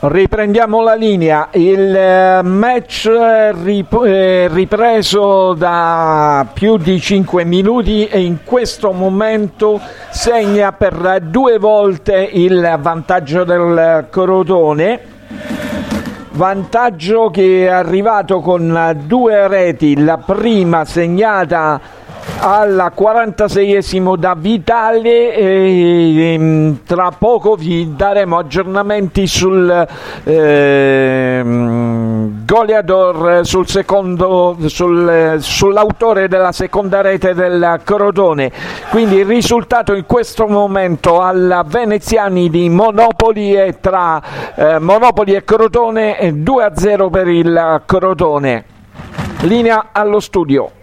Riprendiamo la linea, il match ripreso da più di 5 minuti e in questo momento segna per 2 volte il vantaggio del Crotone, vantaggio che è arrivato con 2 reti, la prima segnata al 46esimo da Vitale e tra poco vi daremo aggiornamenti sul goleador, sull'autore della seconda rete del Crotone. Quindi il risultato in questo momento al Veneziani di Monopoli è tra Monopoli e Crotone 2-0 per il Crotone. Linea allo studio.